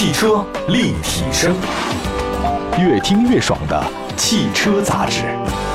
汽车立体声，越听越爽的汽车杂志。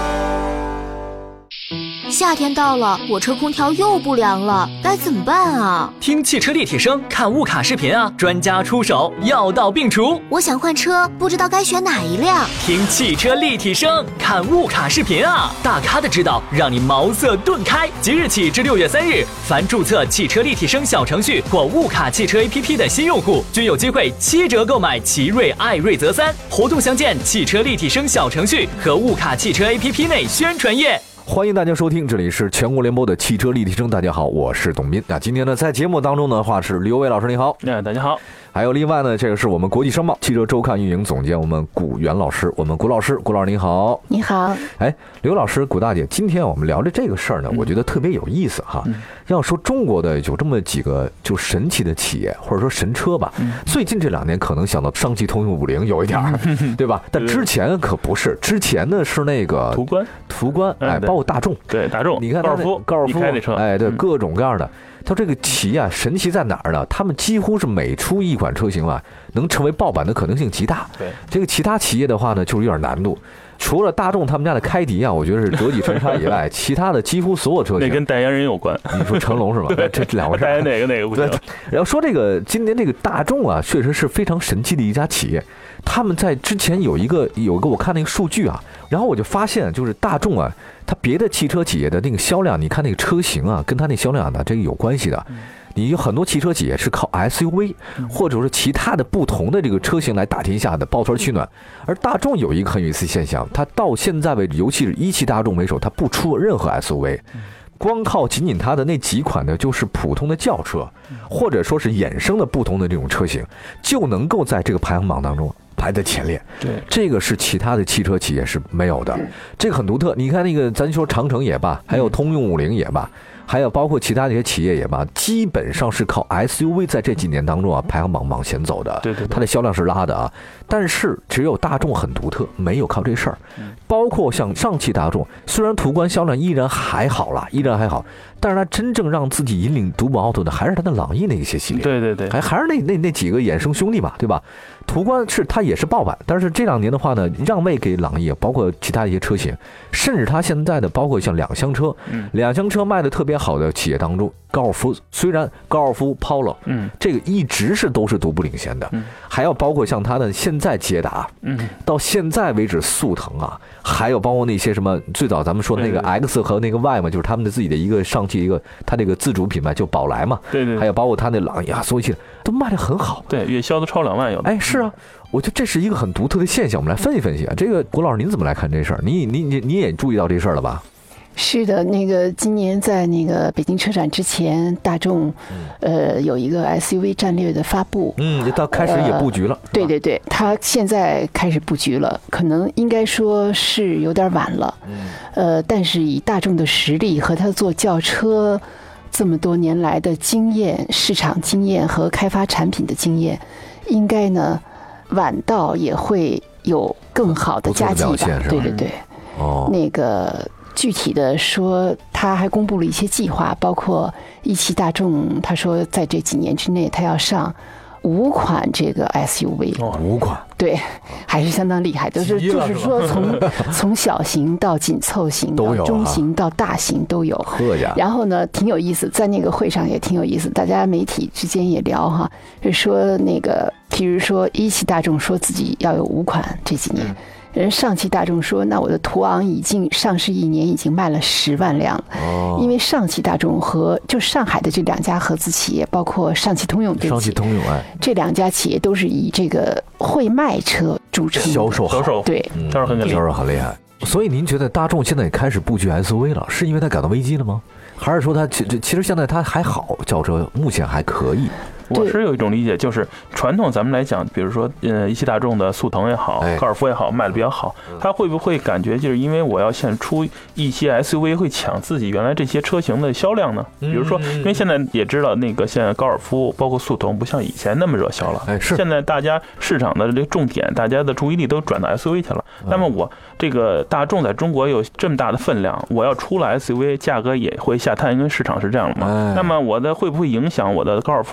夏天到了，我车空调又不凉了，该怎么办啊？ 听汽车立体声，看物卡视频啊，专家出手，药到病除。 我想换车，不知道该选哪一辆。 听汽车立体声，看物卡视频啊，大咖的指导，让你茅塞顿开。即日起至6月3日，凡注册汽车立体声小程序或物卡汽车 APP 的新用户，均有机会7折购买奇瑞艾瑞泽3。活动详见汽车立体声小程序和物卡汽车 APP 内宣传页。 欢迎大家收听，这里是全国联播的汽车立体声。大家好，我是董斌。那今天呢，在节目当中的话是刘伟老师，你好。 大家好。 还有另外呢，这个是我们国际商贸汽车周刊运营总监，我们古元老师，我们古老师你好。 你好。 刘老师，古大姐，今天我们聊的这个事儿呢，我觉得特别有意思哈。要说中国的有这么几个就神奇的企业，或者说神车吧，最近这2年可能想到上汽通用50有一点对吧？但之前可不是，之前呢是那个途观，包括大众， 对大众， 你看高尔夫开的车， 对，各种各样的。它这个企业神奇在哪儿呢？他们几乎是每出一款车型能成为爆版的可能性极大。 对， 这个其他企业的话呢，就是有点难度。除了大众他们家的凯迪我觉得是折戟沉沙以外，其他的几乎所有车型， 那跟代言人有关。 你说成龙是吧？这两回事。 代言哪个不行。 然后说这个今年这个大众确实是非常神奇的一家企业。他们在之前有一个我看那个数据然后我就发现，就是大众它别的汽车企业的那个销量，你看那个车型跟它那销量这个有关系的。你有很多汽车企业是靠 SUV 或者是其他的不同的这个车型来打天下的，抱团取暖。而大众有一个很有意思的现象，它到现在为止，尤其是一汽大众为首，它不出任何 SUV， 光靠仅仅它的那几款呢，就是普通的轿车，或者说是衍生的不同的这种车型，就能够在这个排行榜当中排在前列。 对， 这个是其他的汽车企业是没有的，这个很独特。你看那个，咱说长城也罢，还有通用50也罢，还有包括其他的一些企业也罢，基本上是靠 SUV 在这几年当中排行榜往前走的。 对， 它的销量是拉的但是只有大众很独特，没有靠这事儿。包括像上汽大众，虽然途观销量依然还好，但是它真正让自己引领独步 auto 的还是它的朗逸那一些系列。 对， 还是那几个衍生兄弟嘛，对吧？途观它也是爆版，但是这2年的话呢，让位给朗逸，包括其他一些车型，甚至它现在的包括像2厢车，2厢车卖的特别好的企业当中，高尔夫虽然高尔夫 Polo，这个一直都是独步领先的，还要包括像它的现在捷达，到现在为止速腾还有包括那些什么最早咱们说的那个 X 和那个 Y 嘛，就是他们的自己的一个上汽一个它这个自主品牌就宝来嘛， 对， 还有包括它那朗逸所有系列都卖得很好， 对，月销都超2万有的。 是我觉得这是一个很独特的现象，我们来分析分析这个古老师您怎么来看这事儿？你也注意到这事儿了吧？ 是的，那个今年在那个北京车展之前，大众有一个 SUV 战略的发布， 到开始也布局了。 对，它现在开始布局了，可能应该说是有点晚了，但是以大众的实力和它做轿车这么多年来的经验、市场经验和开发产品的经验，应该呢晚到也会有更好的佳绩吧？对。那个具体的说，他还公布了一些计划，包括一汽大众，他说在这几年之内，他要上5款这个 SUV。 5款。 对，还是相当厉害的，就是说从小型到紧凑型到中型到大型都有。然后呢，挺有意思，在那个会上也挺有意思，大家媒体之间也聊就说那个，譬如说一汽大众说自己要有5款，这几年。人上汽大众说，那我的途昂已经上市1年已经卖了10万辆了，因为上汽大众和就上海的这2家合资企业，包括上汽通用，这2家企业都是以这个会卖车著称， 销售对， 销售很厉害。所以您觉得大众现在也开始布局 SUV 了，是因为它感到危机了吗？还是说它其实现在它还好，轿车目前还可以？ 我是有一种理解，就是传统咱们来讲，比如说一汽大众的速腾也好，高尔夫也好，卖的比较好，他会不会感觉就是因为我要现出一些 SUV 会抢自己原来这些车型的销量呢？比如说，因为现在也知道那个现在高尔夫包括速腾不像以前那么热销了，现在大家市场的这个重点，大家的注意力都转到 SUV 去了。那么我这个大众在中国有这么大的分量，我要出了 SUV， 价格也会下探，因为市场是这样的嘛。那么我的会不会影响我的高尔夫啊、速腾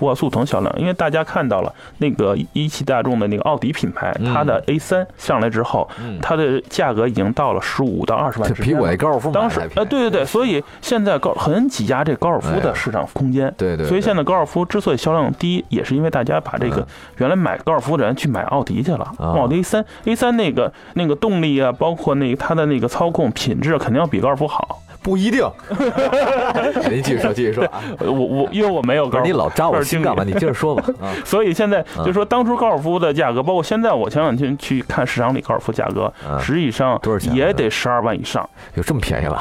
能销量，因为大家看到了那个一汽大众的那个奥迪品牌，它的 A3 上来之后，它的价格已经到了15到20万之间， 比我那高尔夫当时对，所以现在很挤压这高尔夫的市场空间， 对， 所以现在高尔夫之所以销量低，也是因为大家把这个原来买高尔夫的人去买奥迪去了，奥迪 A3 那个动力啊，包括那个它的那个操控品质，肯定要比高尔夫好。 不一定，您继续说啊！ 因为我没有高尔夫， 你老扎我心干嘛？你接着说吧。 所以现在就说当初高尔夫的价格，包括现在我前两天去看市场里高尔夫价格，实际上也得12万以上， 有这么便宜了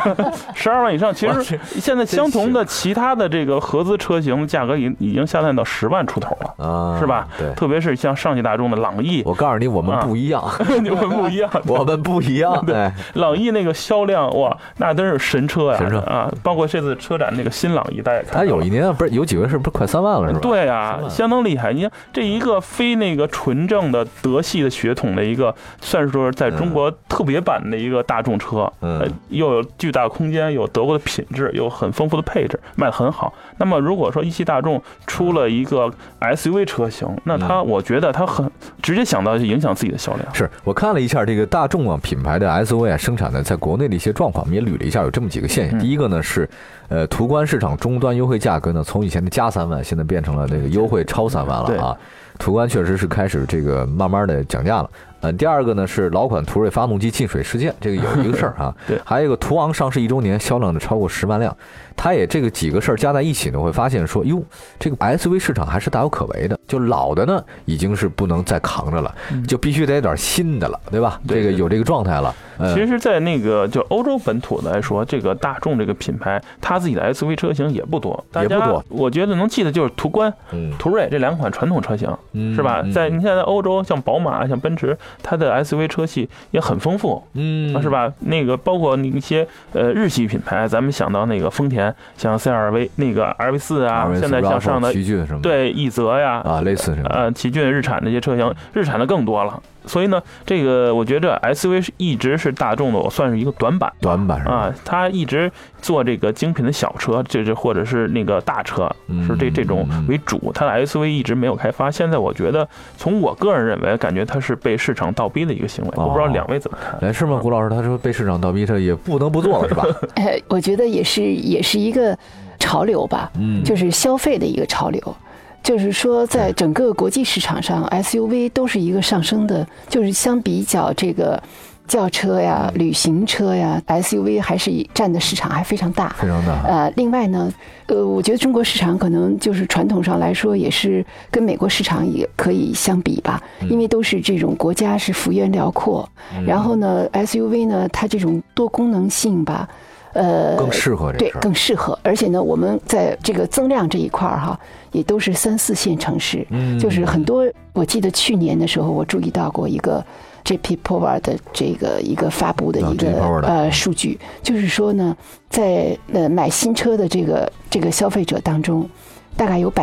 ？12万以上，其实现在相同的其他的这个合资车型价格已经下探到10万出头了，是吧？ 对， 特别是像上汽大众的朗逸， 我告诉你，我们不一样， 我们不一样， 我们不一样。 对，朗逸那个销量哇，那真是神车呀！啊，包括这次车展那个新朗逸，大家看， 它有一年不是有几个是不是快3万了是吧？ 对啊，相当厉害。你看这一个非那个纯正的德系的血统的一个，算是说在中国特别版的一个大众车，又有巨大空间，有德国的品质，有很丰富的配置，卖得很好。那么如果说一汽大众出了一个 SUV 车型，那我觉得它很直接想到就影响自己的销量。 是我看了一下这个大众啊品牌的 SUV 生产的在国内的一些状况，我们也捋了一下，有这么几个现象。第一个呢是，途观市场终端优惠价格呢，从以前的加3万，现在变成了这个优惠超3万了啊。途观确实是开始这个慢慢的降价了。第二个呢是老款途锐发动机进水事件，这个有一个事儿啊。 对， 还有一个途昂上市1周年销量的超过10万辆，它也这个几个事儿加在一起呢，会发现说，哟，这个 SUV 市场还是大有可为的。就老的呢已经是不能再扛着了，就必须得有点新的了，对吧？这个有这个状态了。 其实，在那个就欧洲本土来说，这个大众这个品牌，它自己的 SUV 车型也不多， 也不多。 我觉得能记得就是途观、途锐这2款传统车型，是吧？在你现在欧洲，像宝马、像奔驰，它的 SUV 车系也很丰富，是吧？那个包括那些日系品牌，咱们想到那个丰田，像 CR-V 那个 RV4啊，现在像上的奇骏什么对奕泽呀啊，类似什么奇骏、日产这些车型，日产的更多了。所以呢，这个我觉得 SUV 一直是大众的，我算是一个短板啊。它一直做这个精品的小车，或者是那个大车，是这种为主。它的 SUV 一直没有开发。现在我觉得，从我个人认为，感觉它是被市场倒逼的一个行为。我不知道2位怎么看？ 是吗？谷老师他说被市场倒逼，他也不能不做了，是吧？ 我觉得也是一个潮流吧，就是消费的一个潮流。就是说，在整个国际市场上 ，SUV 都是一个上升的，就是相比较这个轿车呀、旅行车呀 ，SUV 还是占的市场还非常大， 非常大。 另外呢，我觉得中国市场可能就是传统上来说，也是跟美国市场也可以相比吧，因为都是这种国家是幅员辽阔，然后呢 ，SUV 呢，它这种多功能性吧。 更适合这对，更适合，而且呢，我们在这个增量这一块哈，也都是3、4线城市，就是很多。我记得去年的时候，我注意到过一个 JP Power 的这个一个发布的一个数据，就是说呢，在买新车的这个消费者当中，大概有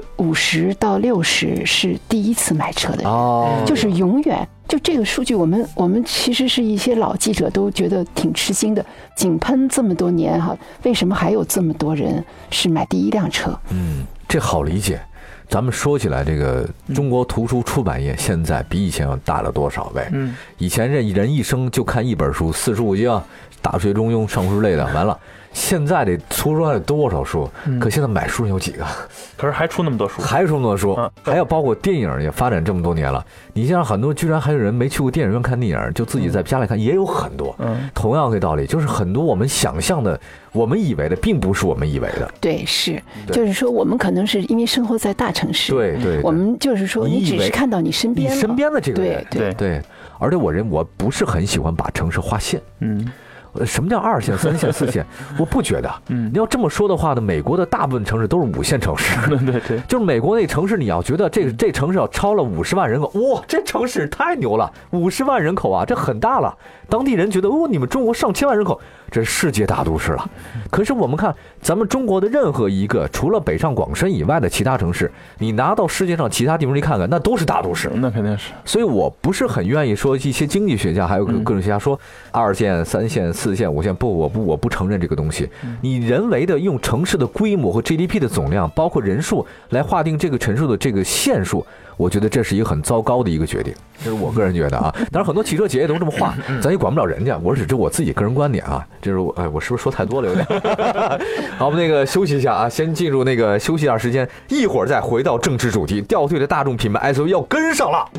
50%到60%是第一次买车的人，就是永远。就这个数据，我们其实是一些老记者都觉得挺吃惊的。井喷这么多年哈，为什么还有这么多人是买第一辆车？ 这好理解。咱们说起来，这个中国图书出版业现在比以前要大了多少倍？以前这人一生就看一本书，45经、大学、中庸、尚书之类的，完了。现在这图书馆有多少书？可现在买书人有几个？ 可是还出那么多书， 还出那么多书，还有包括电影也发展这么多年了。你像很多居然还有人没去过电影院看电影，就自己在家里看，也有很多。同样的道理，就是很多我们想象的、我们以为的，并不是我们以为的。 对，是，就是说我们可能是因为生活在大城市， 对， 我们就是说你只是看到你身边的这个人，对。而且我不是很喜欢把城市划线，什么叫2线、3线、4线？我不觉得。你要这么说的话呢，美国的大部分城市都是5线城市。 对， 就是美国那城市，你要觉得这城市要超了50万人口，哇，这城市太牛了，50万人口啊，这很大了。当地人觉得，你们中国上千万人口， 这是世界大都市了。可是我们看咱们中国的任何一个除了北上广深以外的其他城市，你拿到世界上其他地方去看看，那都是大都市， 那肯定是。 所以我不是很愿意说一些经济学家还有各种学家说2线、3线、4线、5线，我不承认这个东西。你人为的用城市的规模和 GDP 的总量，包括人数来划定这个城市的这个线数，我觉得这是一个很糟糕的一个决定，这是我个人觉得啊。当然很多汽车企业都这么画，咱也管不了人家，我只是我自己个人观点啊。这是我是不是说太多了有点？好，我们那个休息一下啊，先进入那个休息一下时间，一会儿再回到正式主题。掉队的大众品牌 SUV 要跟上了。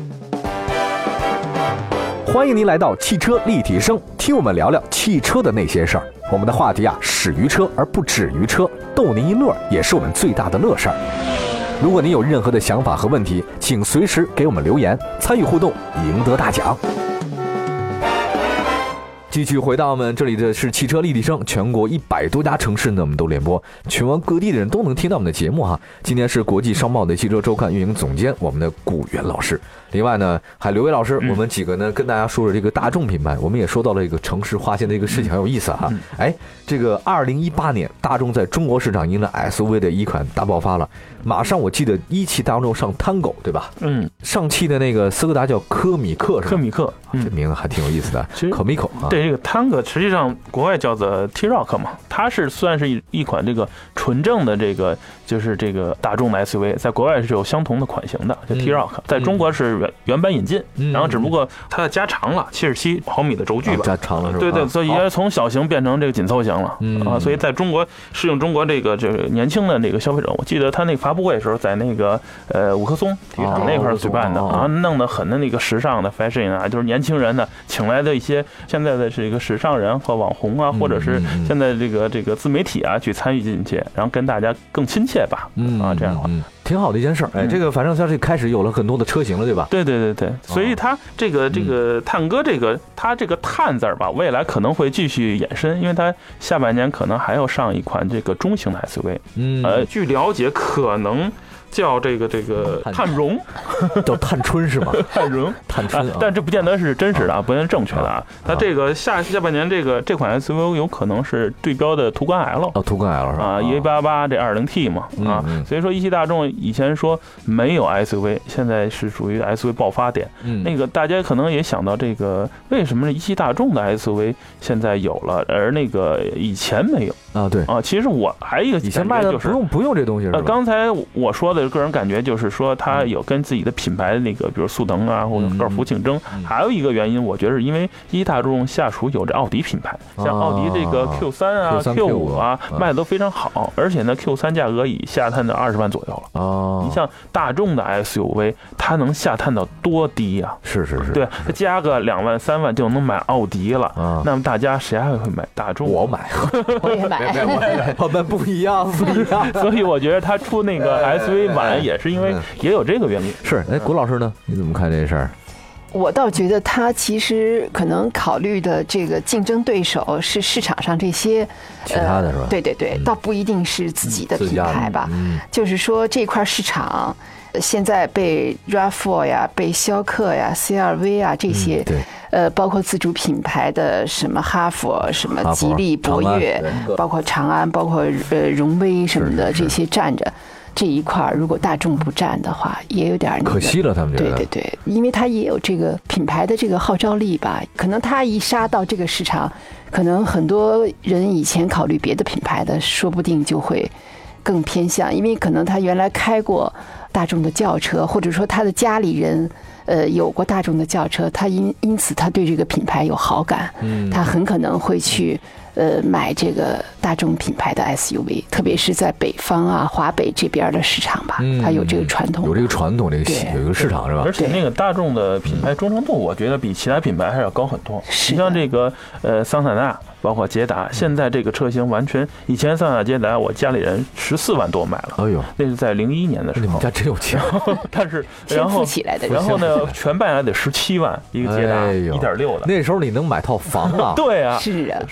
欢迎您来到汽车立体声，听我们聊聊汽车的那些事儿。我们的话题啊，始于车而不止于车，逗您一乐也是我们最大的乐事儿。如果您有任何的想法和问题，请随时给我们留言，参与互动，赢得大奖。继续回到我们这里的是汽车立体声，全国100多家城市呢，我们都联播，全国各地的人都能听到我们的节目哈。今天是国际商贸的汽车周刊运营总监，我们的顾源老师。另外呢，还刘伟老师，我们几个呢跟大家说说这个大众品牌，我们也说到了一个城市划线的一个事情，很有意思哈。这个2018年大众在中国市场迎来 SUV 的一款大爆发了。马上我记得一汽大众上Tango对吧？上汽的那个斯柯达叫科米克是吧？ 科米克， 这名字还挺有意思的。科米克啊， 对这个 Tango 实际上国外叫做 T-Roc 嘛，它是算是一款这个纯正的这个就是这个大众的 SUV， 在国外是有相同的款型的，叫 T-Roc， 在中国是原版引进，然后只不过它加长了77毫米的轴距吧， 加长了是吧？ 对对，所以也从小型变成这个紧凑型了啊，所以在中国适应中国这个年轻的那个消费者，我记得他那个发布会的时候，在那个五棵松体育场那块举办的啊，弄得很的那个时尚的 fashion 啊，就是年轻人呢请来的一些现在的这个时尚人和网红啊，或者是现在这个自媒体啊去参与进去，然后跟大家更亲切吧，这样的话。 挺好的一件事儿，这个反正它是开始有了很多的车型了，对吧？ 对，所以它这个探歌它这个探字儿吧，未来可能会继续延伸，因为它下半年可能还要上一款这个中型的 SUV，据了解可能叫这个探荣， 叫探春是吗？ 探荣， 探春， 但这不见得是真实的啊，不见得正确的啊。它这个下半年这款 SUV 有可能是对标的途观 L， 途观 L 是吧？ 啊，188这 2.0T 嘛，所以说一汽大众以前说没有 SUV， 现在是属于 SUV 爆发点。那个大家可能也想到这个为什么一汽大众的 SUV 现在有了，而那个以前没有啊？对啊， 其实我还一个以前卖的不用这东西是吧？ 刚才我说的个人感觉就是说，它有跟自己的品牌的那个，比如速腾啊或者高尔夫竞争。还有一个原因，我觉得是因为一汽大众下属有着奥迪品牌，像奥迪这个 Q3 啊、Q5 啊卖的都非常好，而且呢 Q3 价格已下探到20万左右了。你像大众的 SUV， 它能下探到多低呀？ 是， 对，它加个2万3万就能买奥迪了。那么大家谁还会买大众？ 我买， 我也买， 我们不一样。 所以我觉得它出那个 SUV 晚也是因为也有这个原因。 是，古老师呢？你怎么看这事儿？ 我倒觉得他其实可能考虑的这个竞争对手是市场上这些其他的是吧？ 对，倒不一定是自己的品牌吧。就是说这块市场现在被 RAV4 呀、被逍客呀、CR-V 啊这些，包括自主品牌的什么哈弗、什么吉利、博越，包括长安、包括荣威什么的这些站着。这一块如果大众不占的话，也有点可惜了。他们觉得对，因为他也有这个品牌的这个号召力吧。可能他一杀到这个市场，可能很多人以前考虑别的品牌的，说不定就会更偏向，因为可能他原来开过大众的轿车，或者说他的家里人有过大众的轿车，他因此他对这个品牌有好感，他很可能会去买这个大众品牌的 SUV， 特别是在北方啊、华北这边的市场吧，它有这个传统， 有这个传统，这个有一个市场是吧？ 而且那个大众的品牌忠诚度，我觉得比其他品牌还是要高很多。你像这个桑塔纳，包括捷达，现在这个车型完全，以前桑塔纳、捷达，我家里人14万多买了， 哎呦， 那是在01年的时候。 你们家真有钱， 但是然后呢，全办下来得17万一个捷达1.6的， 那时候你能买套房啊？ 对啊， 是啊， 说实话，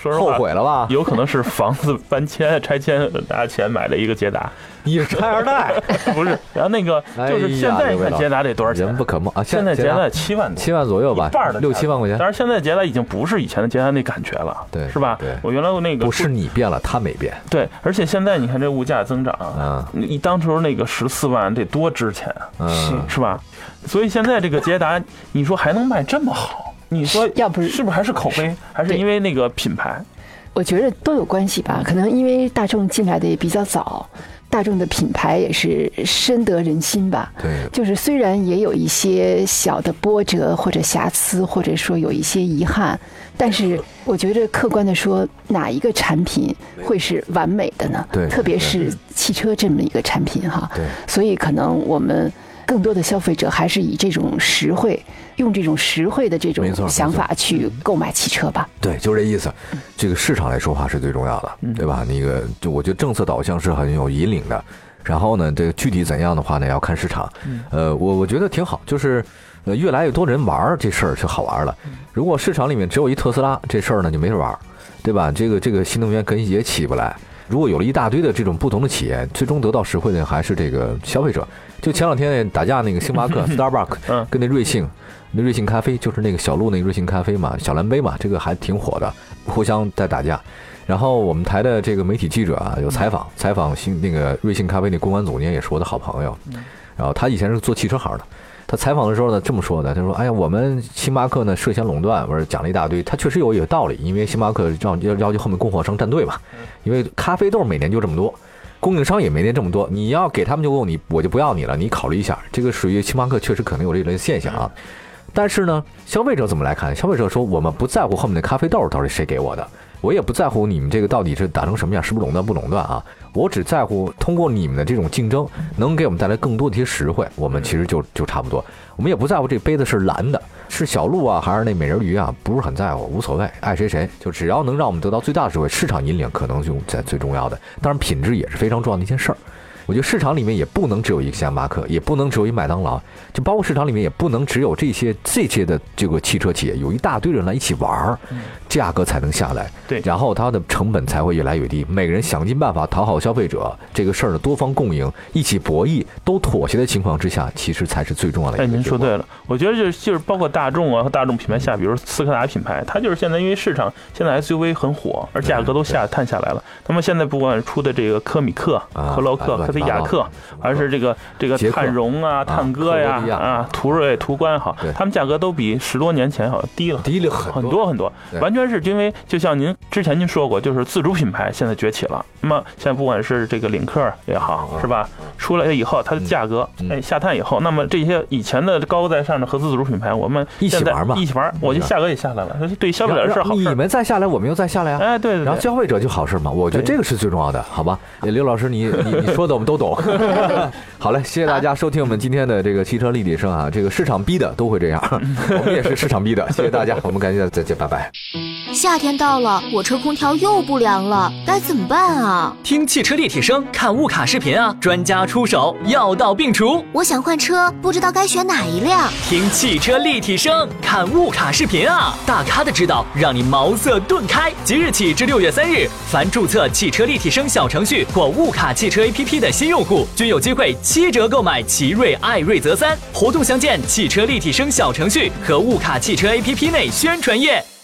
毁了吧？ 有可能是房子搬迁拆迁拿钱买了一个捷达。 你是拆二代不是？然后那个就是现在你看捷达得多少钱？ 人不可貌啊！ 现在捷达7万多 ，7万左右吧，6-7万块钱。 但是现在捷达已经不是以前的捷达那感觉了， 对， 是吧？ 对， 我原来那个不是你变了，他没变。 对，而且现在你看这物价增长，你当初那个14万得多值钱啊，是吧？所以现在这个捷达，你说还能卖这么好？你说要不是不是还是口碑，还是因为那个品牌？ 我觉得都有关系吧，可能因为大众进来的也比较早。大众的品牌也是深得人心吧， 对， 就是虽然也有一些小的波折或者瑕疵，或者说有一些遗憾，但是我觉得客观的说，哪一个产品会是完美的呢？ 对， 特别是汽车这么一个产品哈， 对， 所以可能我们更多的消费者还是以这种实惠，用这种实惠的这种想法去购买汽车吧。 对，就这意思。这个市场来说话是最重要的，对吧？那个，就我觉得政策导向是很有引领的。然后呢，这个具体怎样的话呢，要看市场。我觉得挺好，就是越来越多人玩这事儿就好玩了。如果市场里面只有一特斯拉，这事儿呢就没人玩，对吧？这个新能源也起不来。如果有了一大堆的这种不同的企业，最终得到实惠的还是这个消费者。就前两天打架那个星巴克 Starbucks 跟那瑞幸咖啡，就是那个小鹿那个瑞幸咖啡嘛，小蓝杯嘛，这个还挺火的，互相在打架。然后我们台的这个媒体记者啊，有采访那个瑞幸咖啡那公关总监，也是我的好朋友。然后他以前是做汽车行的，他采访的时候呢这么说的，他说：“哎呀，我们星巴克呢涉嫌垄断，我讲了一大堆，他确实有道理，因为星巴克要求后面供货商站队嘛，因为咖啡豆每年就这么多。”供应商也没那这么多，你要给他们就够你，我就不要你了。你考虑一下，这个属于星巴克确实可能有这类现象啊。但是呢，消费者怎么来看？消费者说，我们不在乎后面的咖啡豆到底谁给我的，我也不在乎你们这个到底是打成什么样，是不是垄断不垄断啊？我只在乎通过你们的这种竞争，能给我们带来更多的一些实惠。我们其实就差不多，我们也不在乎这杯子是蓝的，是小鹿啊，还是那美人鱼啊，不是很在乎，无所谓，爱谁，就只要能让我们得到最大的实惠，市场引领可能就在最重要的。当然，品质也是非常重要的一件事儿。我觉得市场里面也不能只有一个星巴克，也不能只有一麦当劳，就包括市场里面也不能只有这些的这个汽车企业，有一大堆人来一起玩，价格才能下来， 对， 然后它的成本才会越来越低。每个人想尽办法讨好消费者，这个事儿的多方共赢，一起博弈，都妥协的情况之下，其实才是最重要的一个。 您说对了，我觉得就是包括大众啊和大众品牌下，比如斯柯达品牌，它就是现在因为市场现在 SUV 很火，而价格都探下来了。那么现在不管出的这个科米克、克劳克、科菲亚克，还是这个探荣啊、探歌呀、途锐、途观好，他们价格都比10多年前好像低了很多，完全是因为就像之前您说过，就是自主品牌现在崛起了。那么现在不管是这个领克也好，是吧？出来以后它的价格下探以后，那么这些以前的高在上的合资自主品牌，我们一起玩嘛， 我觉得价格也下来了，对消费者是好事。 你们再下来，我们又再下来啊！ 对， 然后消费者就好事嘛。我觉得这个是最重要的，好吧？刘老师，你说的我们都懂。好嘞，谢谢大家收听我们今天的这个汽车立体声啊，这个市场逼的都会这样，我们也是市场逼的。谢谢大家，我们感谢再见，拜拜。 夏天到了，我车空调又不凉了，该怎么办啊？ 听汽车立体声，看物卡视频啊，专家出手，药到病除。 我想换车，不知道该选哪一辆。 听汽车立体声，看物卡视频啊，大咖的指导，让你茅塞顿开。即日起至6月3日，凡注册汽车立体声小程序或物卡汽车 APP 的新用户，均有机会7折购买奇瑞艾瑞泽3。活动详见汽车立体声小程序和物卡汽车 APP 内宣传页。